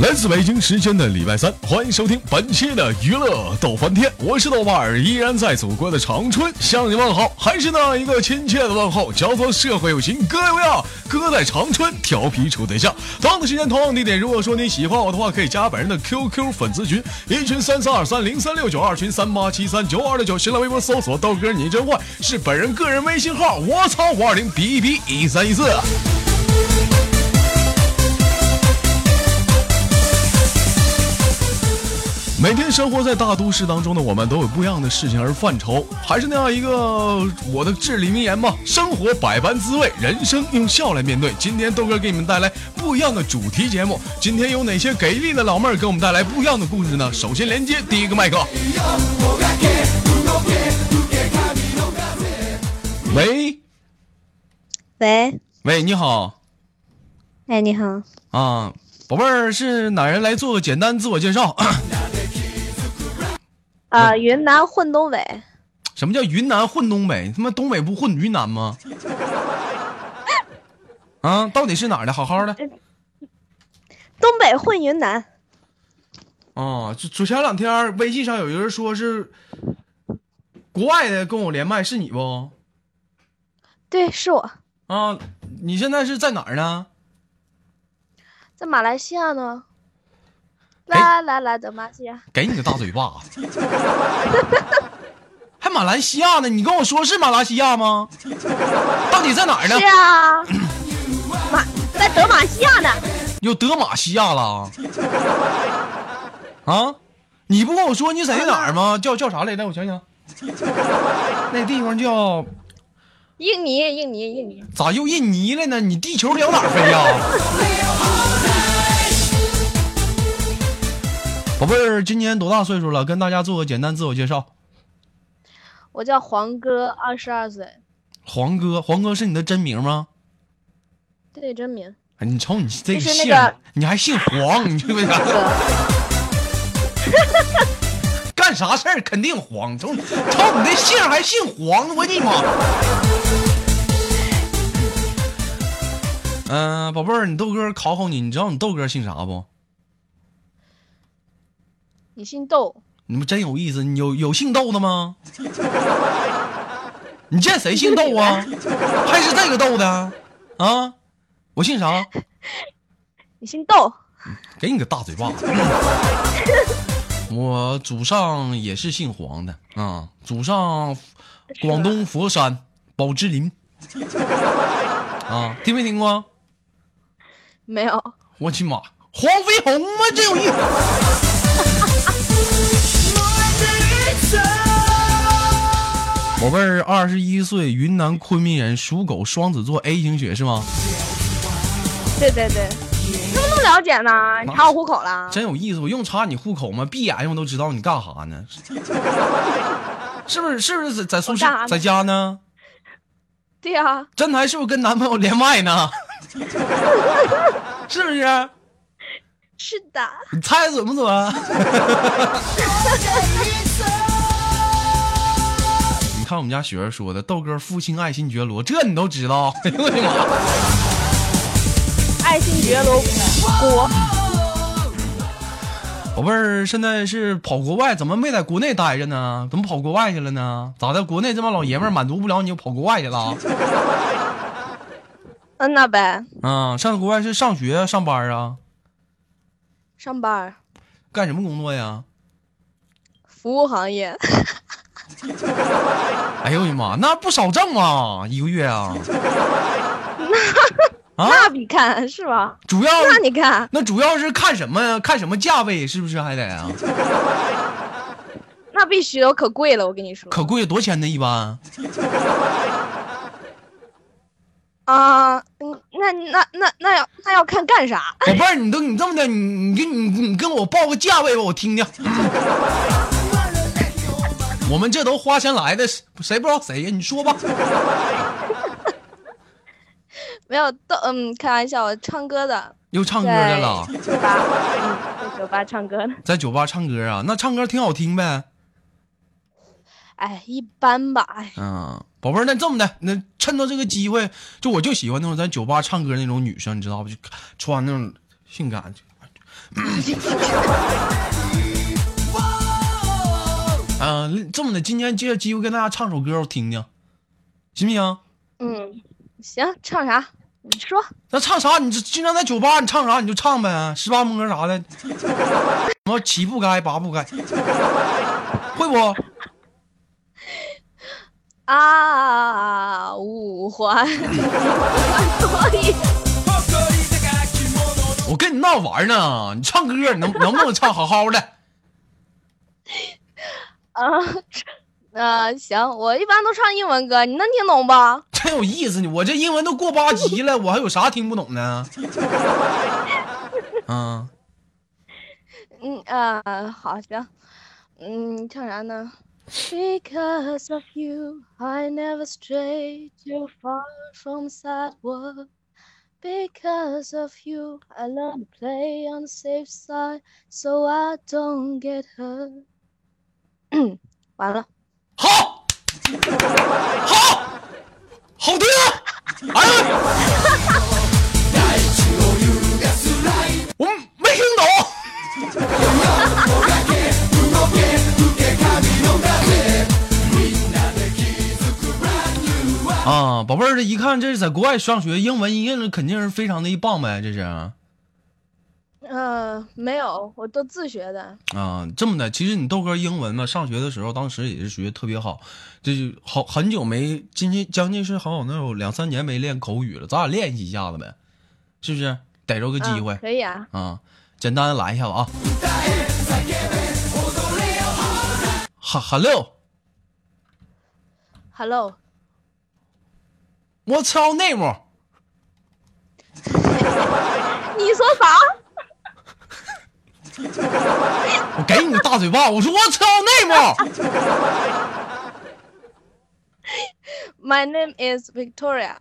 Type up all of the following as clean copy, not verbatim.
来自北京时间的礼拜三，欢迎收听本期的娱乐逗翻天，我是豆瓣儿，依然在祖国的长春向你问好，还是那一个亲切的问候，叫做社会有情哥有样，哥在长春调皮处对象。同样的时间同样地点，如果说你喜欢我的话，可以加本人的 QQ 粉丝群，一群33230369，二群38739269，新浪微博搜索豆哥你真坏，是本人个人微信号，我操520 BB1314。每天生活在大都市当中的我们，都有不一样的事情而犯愁。还是那样一个我的至理名言嘛，生活百般滋味，人生用笑来面对。今天豆哥给你们带来不一样的主题节目，今天有哪些给力的老妹儿给我们带来不一样的故事呢？首先连接第一个麦克。喂喂，你好。 哎，你好啊，宝贝儿，是哪人？来做个简单自我介绍。 云南混东北。 什么叫云南混东北？他妈东北不混云南吗？啊，到底是哪儿的？好好的。 东北混云南。 哦，就前两天微信上有一个人说是国外的跟我连麦，是你不？ 对，是我。 啊，你现在是在哪儿呢？ 在马来西亚呢。来，在马来西亚。 给你个大嘴巴子。还马来西亚呢？你跟我说是马来西亚吗？到底在哪儿呢？ 是啊，在德玛西亚呢。 有德玛西亚了？啊？你不跟我说你在哪儿吗？叫啥来着？我想想，那地方叫印尼。 咋又印尼了呢？你地球聊哪儿飞呀？宝贝儿，今年多大岁数了？跟大家做个简单自我介绍。 我叫黄哥，22岁。 黄哥是你的真名吗？ 对，真名。 哎，你瞅你这个姓，你还姓黄，你这个干啥事儿肯定黄，瞅你这姓还姓黄，我的妈！宝贝儿，你豆哥考考你，你知道你豆哥姓啥不？ 你姓窦。 你们真有意思，你有姓窦的吗？你见谁姓窦啊？还是这个窦的啊？我姓啥？ 你姓窦。 给你个大嘴巴。我祖上也是姓黄的啊，祖上广东佛山宝芝林啊，听没听过？ 没有。 我去妈，黄飞鸿吗？真有意思。宝贝儿，21岁，云南昆明人，属狗，双子座 A 型血是吗？ 对，怎么那么了解呢？你查我户口了？ 真有意思，我用查你户口吗？闭眼睛我都知道你干啥呢？是不是在宿舍在家呢？ 对呀。 真的还是不是跟男朋友连麦呢？是不是？ 是的。 你猜准不准？你看我们家雪儿说的，豆哥父亲爱新觉罗，这你都知道？哎呦我的妈！ 爱新觉罗锅。 宝贝儿，现在是跑国外，怎么没在国内待着呢？怎么跑国外去了呢？咋的？国内这帮老爷们儿满足不了你，就跑国外去了？ 那呗。 上国外是上学上班啊？ 上班。 干什么工作呀？ 服务行业。 哎呦我的妈，那不少挣啊，一个月啊。 那比看是吧？ 主要那你看， 那主要是看什么呀？看什么价位是不是还得啊？ 那必须的，可贵了，我跟你说。 可贵，多钱呢？一般？ 那要看干啥？ 宝贝儿，你这么的，你跟我报个价位吧，我听听。我们这都花钱来的，谁不知道谁呀？你说吧。 没有开玩笑，我唱歌的。 又唱歌的了？ 在酒吧唱歌的。 在酒吧唱歌啊？那唱歌挺好听呗？ 哎，一般吧。 宝贝儿，那这么的，那趁着这个机会，我就喜欢那种在酒吧唱歌那种女生，你知道不？就穿那种性感， 这么的，今天借着机会跟大家唱首歌，我听听，行不行？ 行，唱啥？你说。 那唱啥？你经常在酒吧，你唱啥你就唱呗，18摸啥的，什么七不该八不该，会不？ 五环。 我跟你闹玩呢，你唱歌你能不能唱好好的？ 行，我一般都唱英文歌，你能听懂吧？ 真有意思，我这英文都过8级了，我还有啥听不懂呢？ 好，行，唱啥呢？Because of you, I never stray too far from sad world. Because of you, I learn to play on the safe side, so I don't get hurt. 完了。 好听！哎呀，我没听懂。宝贝儿，这一看这是在国外上学，英文一定肯定是非常的棒呗，这是。 没有，我都自学的。 这么的，其实你豆哥英文嘛，上学的时候当时也是学特别好，这就很久没，将近是好有那有2、3年没练口语了，咱俩练习一下子呗，是不是？逮着个机会， 可以啊。 简单的来一下子啊。Hello。What's your name？ 你说啥？ 我给你个大嘴巴！我说 What's your name？My name is Victoria。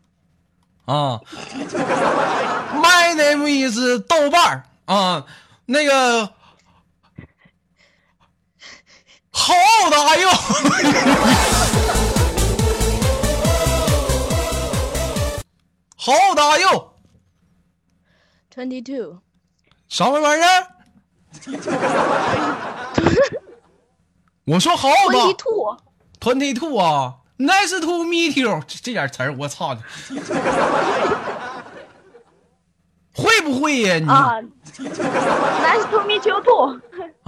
My name is 豆瓣那个 How old are you？ How old are you？ 22。 啥玩意儿？我说 How old？ 22啊。Nice to meet you， 这点词儿我操！会不会呀你 ？Nice to meet you too。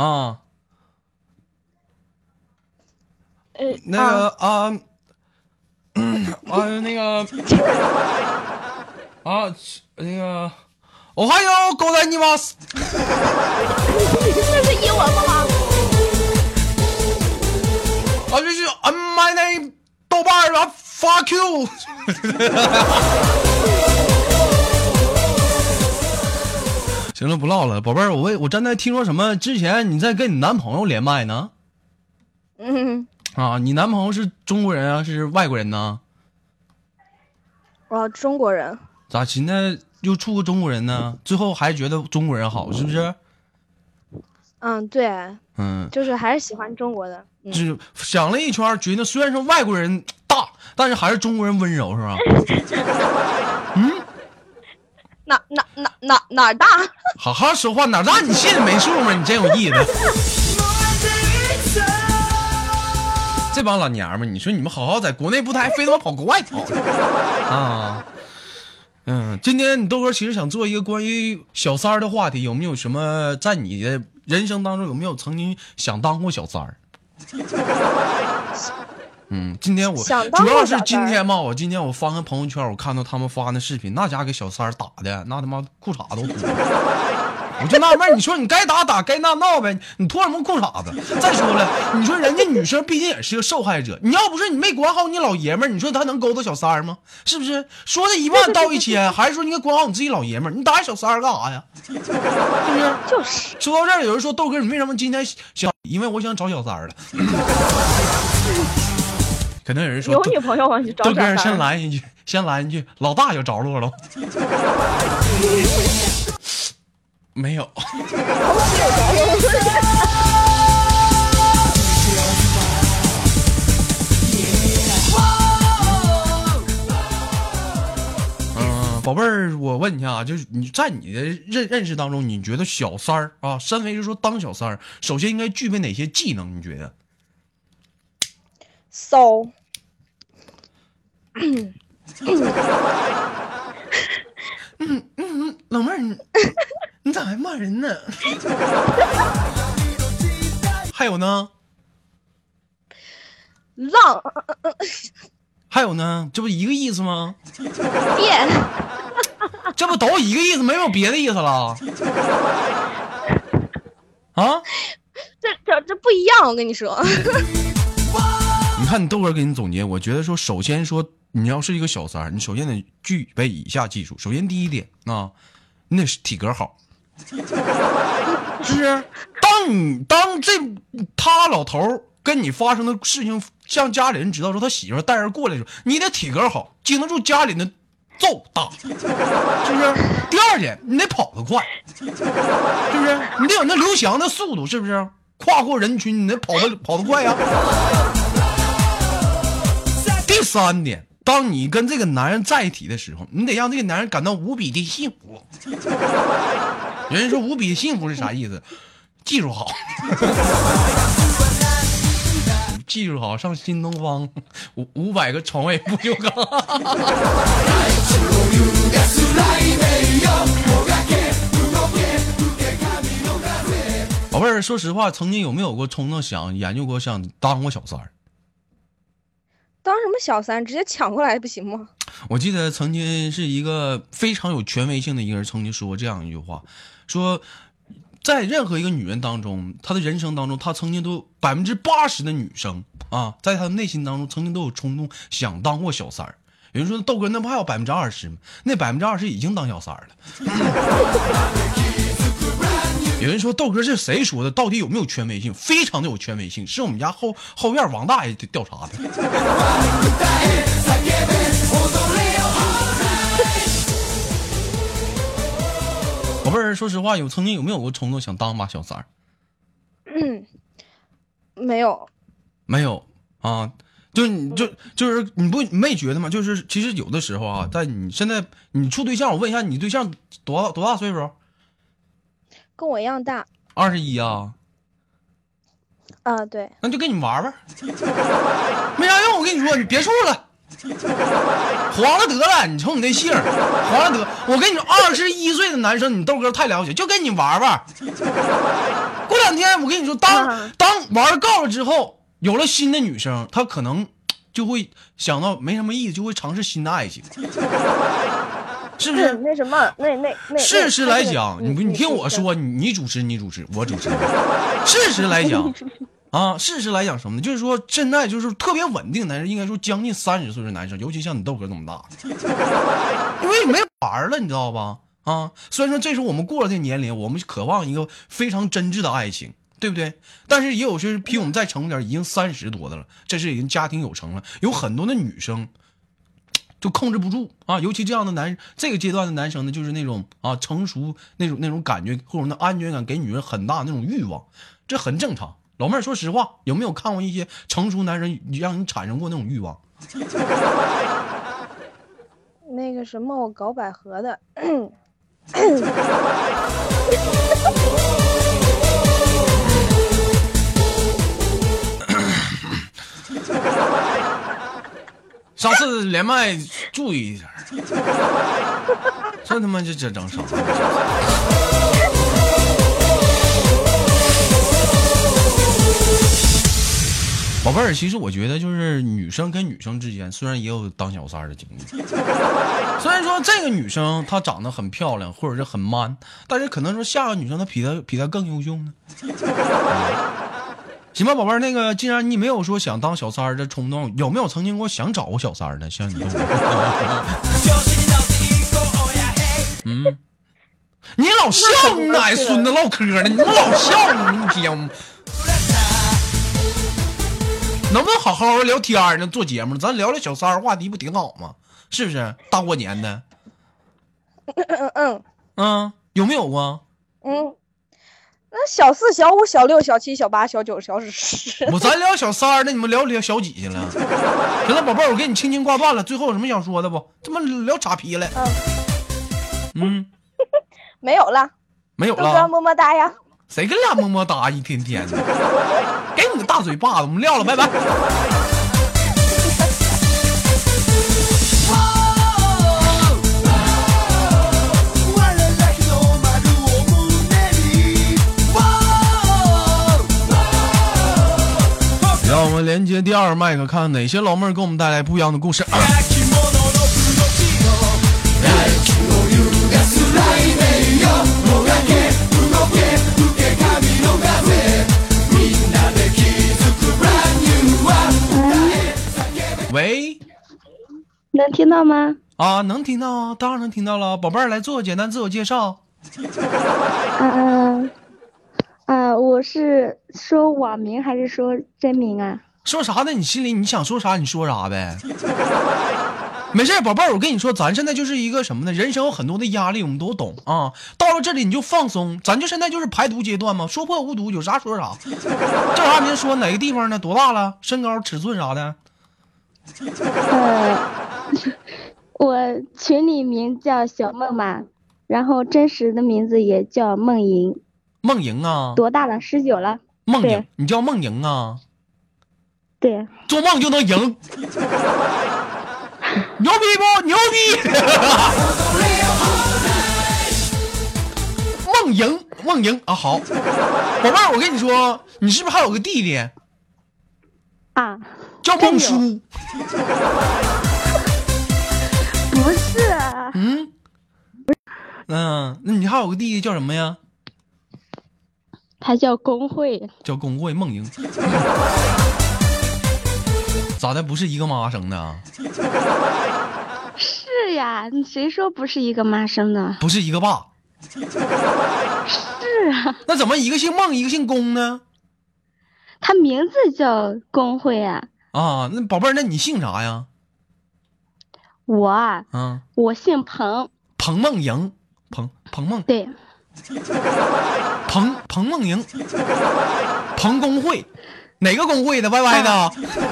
那个我还有狗仔你妈！ 这是英文吗？ 这是 my name。豆瓣啊 ，fuck you！ 行了，不唠了，宝贝儿，我刚才听说什么？之前你在跟你男朋友连麦呢？你男朋友是中国人啊，是外国人呢？ 中国人。 咋现在又处个中国人呢？最后还觉得中国人好，是不是？ 对。就是还是喜欢中国的。 就是想了一圈，觉得虽然说外国人大，但是还是中国人温柔，是吧？ 哪大？ 好好说话，哪大？你心里没数吗？你真有意思。这帮老娘们，你说你们好好在国内不待，非他妈跑国外跑今天你豆哥其实想做一个关于小三儿的话题，有没有什么在你的人生当中有没有曾经想当过小三儿？今天我主要是今天嘛，我翻个朋友圈，我看到他们发那视频，那家给小三儿打的，那他妈裤衩都脱了。我就纳闷，你说你该打打，该闹闹呗，你脱什么裤衩子？再说了，你说人家女生毕竟也是个受害者，你要不是你没管好你老爷们儿，你说他能勾搭小三儿吗？是不是？说的10000道1000，还是说你应该管好你自己老爷们儿？你打小三儿干啥呀？是不是？ 就是。 说到这儿，有人说豆哥，你为什么今天想？因为我想找小三儿了。可能有人说有女朋友吗？你找小三儿。 豆哥先来一句，老大有着落了。没有。 宝贝儿，我问你啊，就是你在你的认识当中，你觉得小三儿啊，身为是说当小三儿，首先应该具备哪些技能？你觉得？ 骚。 老妹儿，你咋还骂人呢？还有呢？ 浪。 还有呢？这不一个意思吗？ 变。 这不都一个意思，没有别的意思了？啊？ 这不一样，我跟你说。 你看你豆哥给你总结，我觉得说，首先说你要是一个小三儿，你首先得具备以下技术。首先第一点啊，你得是体格好，是不是？当他老头跟你发生的事情，像家里人知道说他媳妇带人过来的时候，你得体格好，经得住家里的揍打，是不是？第二点，你得跑得快，是不是？你得有那刘翔的速度，是不是？跨过人群，你得跑得快呀。第三点，当你跟这个男人在一起的时候，你得让这个男人感到无比的幸福。有人说无比的幸福是啥意思？技术好。技术好，上新东方500个床位不锈钢。宝贝儿，说实话，曾经有没有过冲动想研究过想当过小三儿？ 当什么小三？直接抢过来不行吗？ 我记得曾经是一个非常有权威性的一个人曾经说过这样一句话，说在任何一个女人当中，她的人生当中，她曾经都80%的女生啊，在她的内心当中曾经都有冲动想当过小三儿。有人说豆哥那不还有20%吗？那20%已经当小三儿了。有人说豆哥这谁说的？到底有没有权威性？非常的有权威性，是我们家后院王大爷调查的。宝贝儿，说实话，曾经有没有过冲动想当把小三儿？ 没有， 没有啊。就是你没觉得吗？就是其实有的时候啊，在你现在你处对象，我问一下，你对象多大岁数？跟我一样大。 21啊。 啊，对。 那就跟你玩玩，没啥用。我跟你说，你别处了，黄了得了。你瞅你那姓，黄了得。我跟你说，21岁的男生，你豆哥太了解，就跟你玩玩。过2天，我跟你说，当玩够了之后，有了新的女生，她可能就会想到没什么意思，就会尝试新的爱情。是不是？ 那什么，那事实来讲，你听我说，你主持，我主持。事实来讲啊，事实来讲什么呢？就是说，现在就是特别稳定的男生，应该说将近30岁的男生，尤其像你豆哥这么大，因为你没玩了，你知道吧？啊，虽然说这时候我们过了这年龄，我们渴望一个非常真挚的爱情，对不对？但是也有些比我们再成点，已经30多的了，这是已经家庭有成了，有很多的女生就控制不住啊，尤其这样的这个阶段的男生呢，就是那种啊成熟那种感觉或者那安全感，给女人很大的那种欲望，这很正常。老妹儿，说实话，有没有看过一些成熟男人让你产生过那种欲望？ 那个什么，我搞百合的。 上次连麦注意一点，这他妈这整啥？宝贝儿，其实我觉得就是女生跟女生之间，虽然也有当小三的经历，虽然说这个女生她长得很漂亮，或者是很 man， 但是可能说下个女生她比她更优秀呢。行吧，宝贝儿，那个既然你没有说想当小三的冲动，有没有曾经过想找过小三的？像你，你老笑你奶孙子唠嗑呢，你老笑你一天。能不能好好聊天呢？做节目，咱聊聊小三话题不挺好吗？是不是？大过年的，有没有啊？ 那小4、小5、小6、小7、小8、小9、小10， 咱聊小三，那你们聊小几去了？行了，宝贝儿，我给你轻轻挂断了。最后有什么想说的不？这么聊岔皮了。 没有了， 没有豆哥了。 么么哒呀。 谁跟俩么么哒一天天的？给你个大嘴巴子，我们撂了，拜拜。让我们连接第二麦克，看看哪些老妹儿给我们带来不一样的故事。喂， 能听到吗？ 啊，能听到啊，当然能听到了。宝贝儿，来做个简单自我介绍。 我是说网名还是说真名啊？ 说啥呢？你心里你想说啥你说啥呗。没事，宝贝儿，我跟你说，咱现在就是一个什么呢？人生有很多的压力，我们都懂啊。到了这里你就放松，咱就现在就是排毒阶段嘛，说破无毒，有啥说啥。这玩意儿您说哪个地方呢？多大了？身高、尺寸啥的？ 我群里名叫小梦嘛，然后真实的名字也叫梦莹。 梦莹啊？ 多大了？19了。 梦莹对， 你叫梦莹啊？ 对。 做梦就能赢。牛逼不？牛逼！梦莹，梦莹啊，好，宝贝儿，我跟你说，你是不是还有个弟弟啊？ 叫梦叔？ 不是啊。 那你还有个弟弟叫什么呀？ 他叫工会。 叫工会梦莹。咋的？不是一个妈生的？ 是呀，你谁说不是一个妈生的？ 不是一个爸？ 是啊。 那怎么一个姓孟，一个姓龚呢？ 他名字叫工会啊。 啊，那宝贝儿，那你姓啥呀？ 我啊，我姓彭。 彭梦莹，彭梦。 对。 彭梦莹，彭工会，哪个工会的？Y Y 的？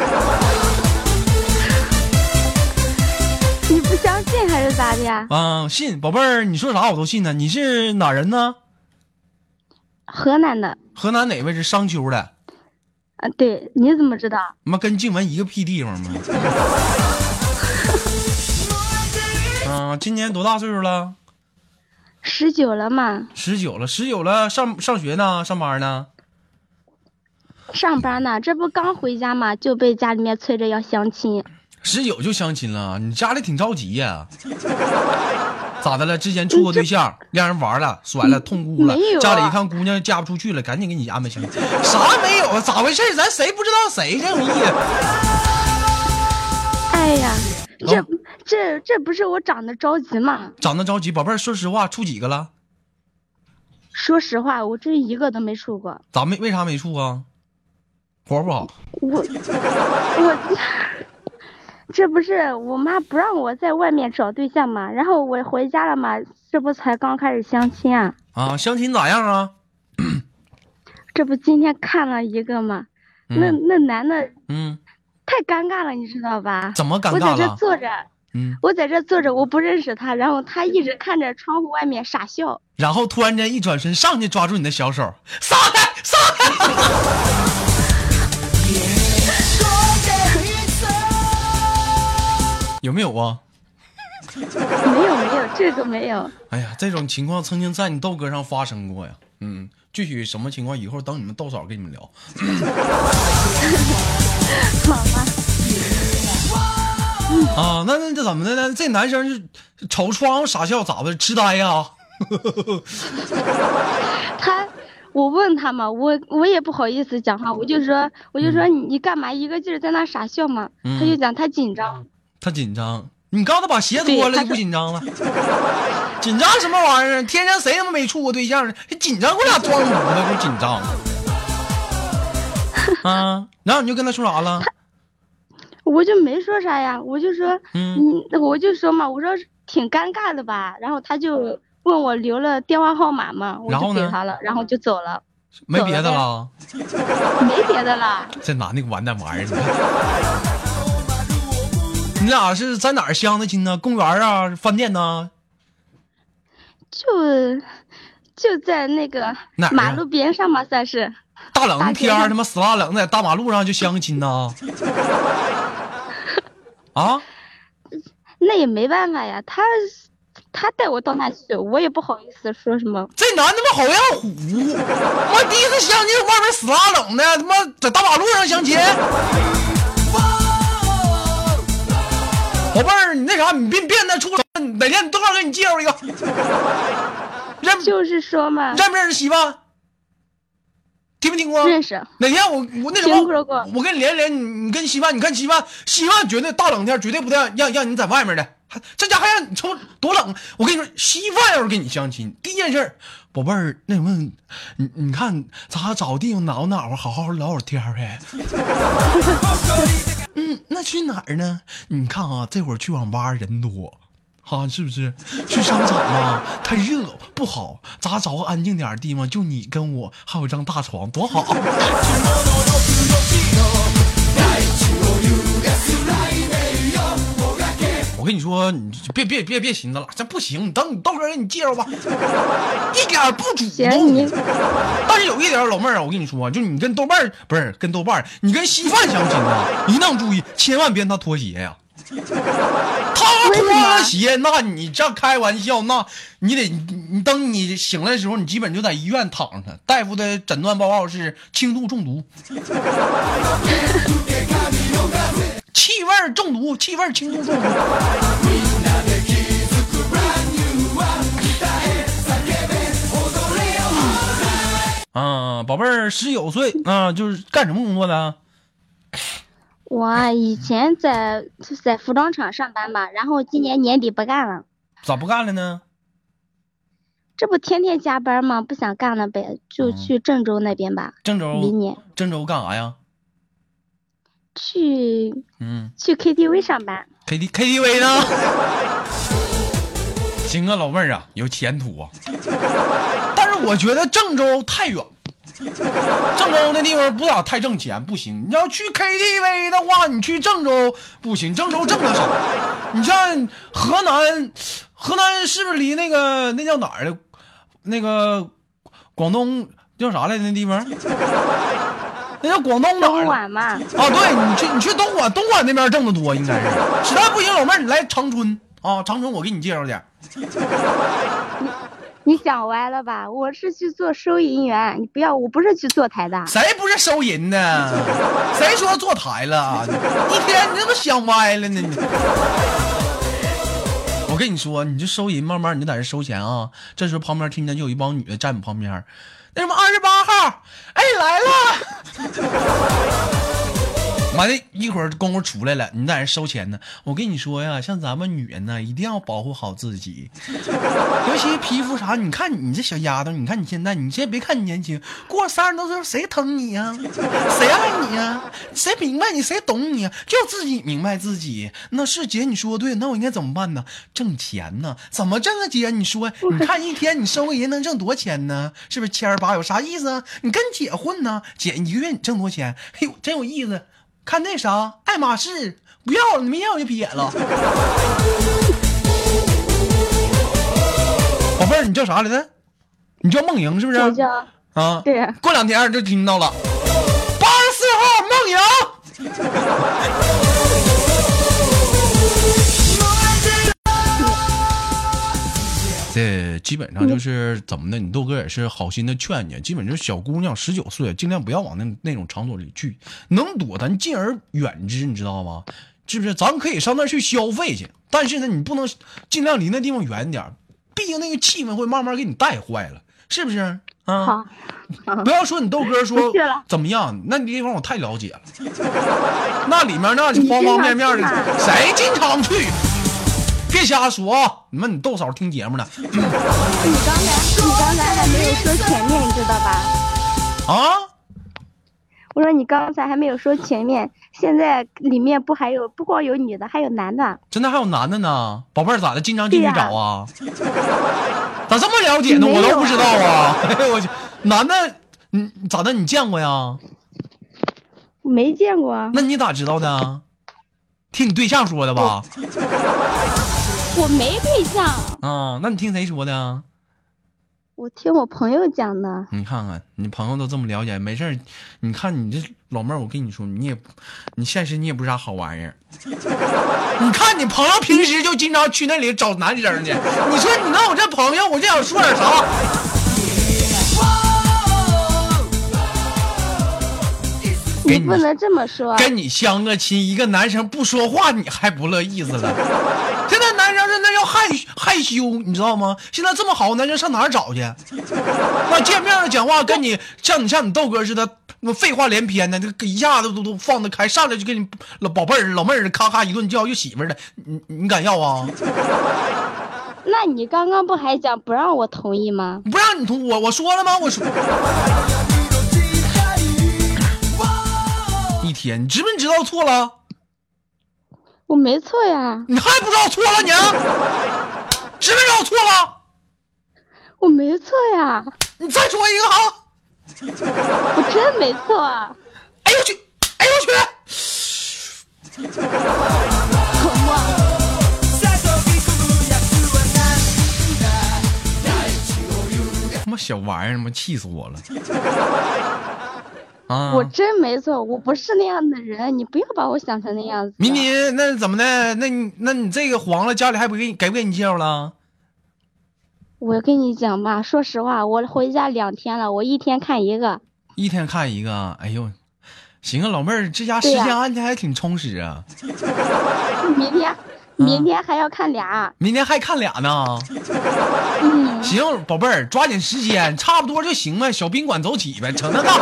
你不相信还是咋的呀？ 信，宝贝儿，你说啥我都信呢。你是哪人呢？ 河南的。 河南哪位置？商丘的。 对，你怎么知道？ 妈跟静雯一个屁地方吗？今年多大岁数了 ？19了嘛。 19了，上学呢？上班呢？ 上班呢，这不刚回家嘛，就被家里面催着要相亲。 19就相亲了，你家里挺着急呀？咋的了？之前处过对象，让人玩了，甩了，痛哭了。家里一看姑娘嫁不出去了，赶紧给你安排相亲。啥没有啊？咋回事？咱谁不知道谁这容易？ 哎呀，这不是我长得着急吗？ 长得着急，宝贝儿，说实话，处几个了？ 说实话，我真一个都没处过。 为啥没处啊？活不好？ 我这不是我妈不让我在外面找对象嘛，然后我回家了嘛，这不才刚开始相亲啊。 相亲咋样啊？ 这不今天看了一个嘛，那男的太尴尬了，你知道吧？ 怎么尴尬了？ 我在这坐着，我不认识他，然后他一直看着窗户外面傻笑， 然后突然间一转身上去抓住你的小手，撒开！有没有啊？ 没有，这个没有。 哎呀，这种情况曾经在你豆哥上发生过呀。具体什么情况，以后等你们豆嫂跟你们聊。 好吧。 那这怎么的呢？这男生就瞅窗户傻笑，咋的？痴呆呀？ 我问他嘛，我也不好意思讲话，我就说你干嘛一个劲儿在那傻笑嘛？他就讲他紧张。 他紧张？你告诉他把鞋脱了就不紧张了？紧张什么玩意儿？天上谁他妈没处过对象呢？还紧张？我俩装糊的，我紧张。然后你就跟他说啥了？ 我就没说啥呀，我就说我就说嘛，我说挺尴尬的吧。然后他就问我留了电话号码嘛，我就给他了，然后就走了。 没别的了？ 没别的了。 这男的完蛋玩意儿！你俩是在哪儿相的亲呢？公园啊，饭店呢？ 就在那个马路边上嘛，算是。 大冷天他妈死拉冷在大马路上就相亲呐？啊？ 那也没办法呀，他带我到那去，我也不好意思说什么。 这男的妈好像虎，我第一次相亲外面死拉冷的，他妈在大马路上相亲。宝贝儿，你那啥，你别那出来，哪天你豆瓣给你介绍一个。 就是说嘛， 认不认识稀饭？听没听过？ 认识。 哪天我那什么，我跟你连，你跟稀饭，你看稀饭绝对大冷天绝对不带让你在外面的，这家还让你瞅多冷。我跟你说，稀饭要是跟你相亲，第一件事，宝贝儿，那什么，你看咱找个地方挠挠好好聊会儿天呗。那去哪儿呢？你看啊，这会儿去网吧人多。啊，是不是去商场啊？太热不好，咱找个安静点的地方，就你跟我，还有一张大床，多好！我跟你说，你别寻思了，这不行，等你豆哥给你介绍吧，一点不主动。但是有一点，老妹儿啊，我跟你说，就你跟豆瓣不是跟豆瓣，你跟稀饭相亲啊，一定注意，千万别让他脱鞋呀。他脱了鞋，那你这开玩笑，那你等你醒来的时候，你基本就在医院躺着，大夫的诊断报告是轻度中毒，气味中毒，气味轻度中毒。啊，宝贝儿，19岁啊，就是干什么工作的？ 我以前在服装厂上班嘛，然后今年年底不干了。 咋不干了呢？ 这不天天加班吗？不想干了呗，就去郑州那边吧。 郑州离你。 郑州干啥呀？ 去 KTV 上班。 KTV 呢？行啊，老妹儿啊，有前途啊。但是我觉得郑州太远。郑州那地方不咋太挣钱，不行。你要去 KTV 的话，你去郑州不行，郑州挣的少。你像河南是不是离那叫哪儿的？那个广东叫啥来着？那地方？那叫广东哪儿？ 东莞嘛。 啊，对，你去东莞那边挣的多，应该是。实在不行，老妹儿你来长春啊，长春我给你介绍点。 你想歪了吧？我是去做收银员，你不要，我不是去坐台的。 谁不是收银呢？谁说坐台了？一天你这不想歪了呢？我跟你说，你这收银，慢慢你就在这收钱啊。这时候旁边听见就有一帮女的站你旁边，那什么28号，哎来了。完了一会儿功夫出来了，你在这收钱呢。我跟你说呀，像咱们女人呢，一定要保护好自己，尤其皮肤啥。你看你这小丫头，你看你现在，你先别看你年轻，过30多岁谁疼你呀？谁爱你呀？谁明白你？谁懂你呀？就自己明白自己。那是姐，你说对，那我应该怎么办呢？挣钱呢？怎么挣啊，姐？你说，你看一天你收个银能挣多少钱呢？是不是728？有啥意思啊？你跟姐混呢？姐，你一个月你挣多少钱？嘿呦，真有意思。看那啥，爱马仕不要了，明天我就撇了。宝贝儿，你叫啥来着？你叫梦莹是不是？ 我叫啊， 对。 过2天就听到了。84号梦莹。这基本上就是怎么的？你豆哥也是好心的劝你，基本就是小姑娘19岁，尽量不要往那种场所里去，能躲咱敬而远之，你知道吗？是不是？咱可以上那去消费去，但是呢，你不能尽量离那地方远点，毕竟那个气氛会慢慢给你带坏了，是不是？啊， 好， 不要说你豆哥说怎么样，那地方我太了解了，那里面那方方面面的，谁经常去？别瞎说，你豆嫂听节目呢。你刚才还没有说前面，你知道吧？ 啊？ 我说你刚才还没有说前面，现在里面不光有女的，还有男的。 真的还有男的呢？宝贝儿咋的？经常进去找啊？咋这么了解呢？我都不知道啊！哎我去，男的，咋的？你见过呀？ 没见过。 那你咋知道的？听你对象说的吧？ 我没对象啊，那你听谁说的？ 我听我朋友讲的。 你看看，你朋友都这么了解，没事儿。你看你这老妹儿，我跟你说，你现实你也不是啥好玩意儿。你看你朋友平时就经常去那里找男生去，你说你让我这朋友，我就想说点啥。 你不能这么说。 跟你相个亲，一个男生不说话，你还不乐意思了？现在男生真的要害羞，你知道吗？现在这么好的男生上哪儿找去？那见面了讲话，跟你像你豆哥似的，那废话连篇的，这一下子都放得开，上来就跟你宝贝儿、老妹儿咔咔一顿叫，有媳妇儿的，你敢要啊？ 那你刚刚不还讲不让我同意吗？ 不让你同我说了吗？我说。一天，你知不知道错了？ 我没错呀。 你还不知道错了你？知不知道错了？ 我没错呀。 你再说一个哈。 我真没错。 哎呦我去！哎呦我去！他妈小玩意儿，他妈气死我了！啊！ 我真没错，我不是那样的人，你不要把我想成那样子。 迷你，那怎么的？那你这个黄了，家里还不给不给你介绍了？ 我跟你讲吧，说实话，我回家2天了，我1天看一个。 1天看一个，哎呦，行啊，老妹儿，这家时间安排还挺充实啊。 明天还要看俩。 明天还看俩呢。行，宝贝儿，抓紧时间，差不多就行呗，小宾馆走起呗，成那干。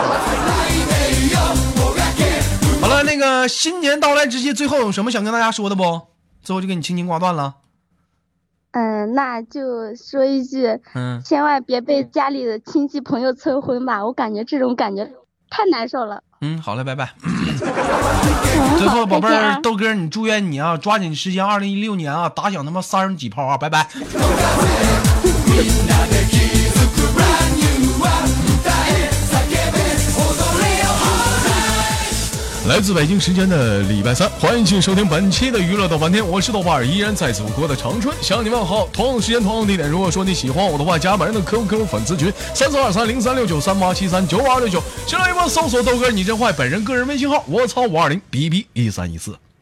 好了，那个新年到来之际，最后有什么想跟大家说的不？最后就给你轻轻挂断了。 那就说一句，千万别被家里的亲戚朋友催婚吧，我感觉这种感觉太难受了。 好嘞，拜拜。最后宝贝儿，豆哥你祝愿你啊，抓紧时间，2016年啊，打响他妈30几炮啊，拜拜。 来自北京时间的礼拜三，欢迎继续收听本期的娱乐逗翻天，我是豆瓣，依然在祖国的长春向你问好。同样时间同样地点，如果说你喜欢我的话，加本人的 QQ 粉丝群322303693873952669，新浪微博搜索豆哥你真坏，本人个人微信号我操520BB1314。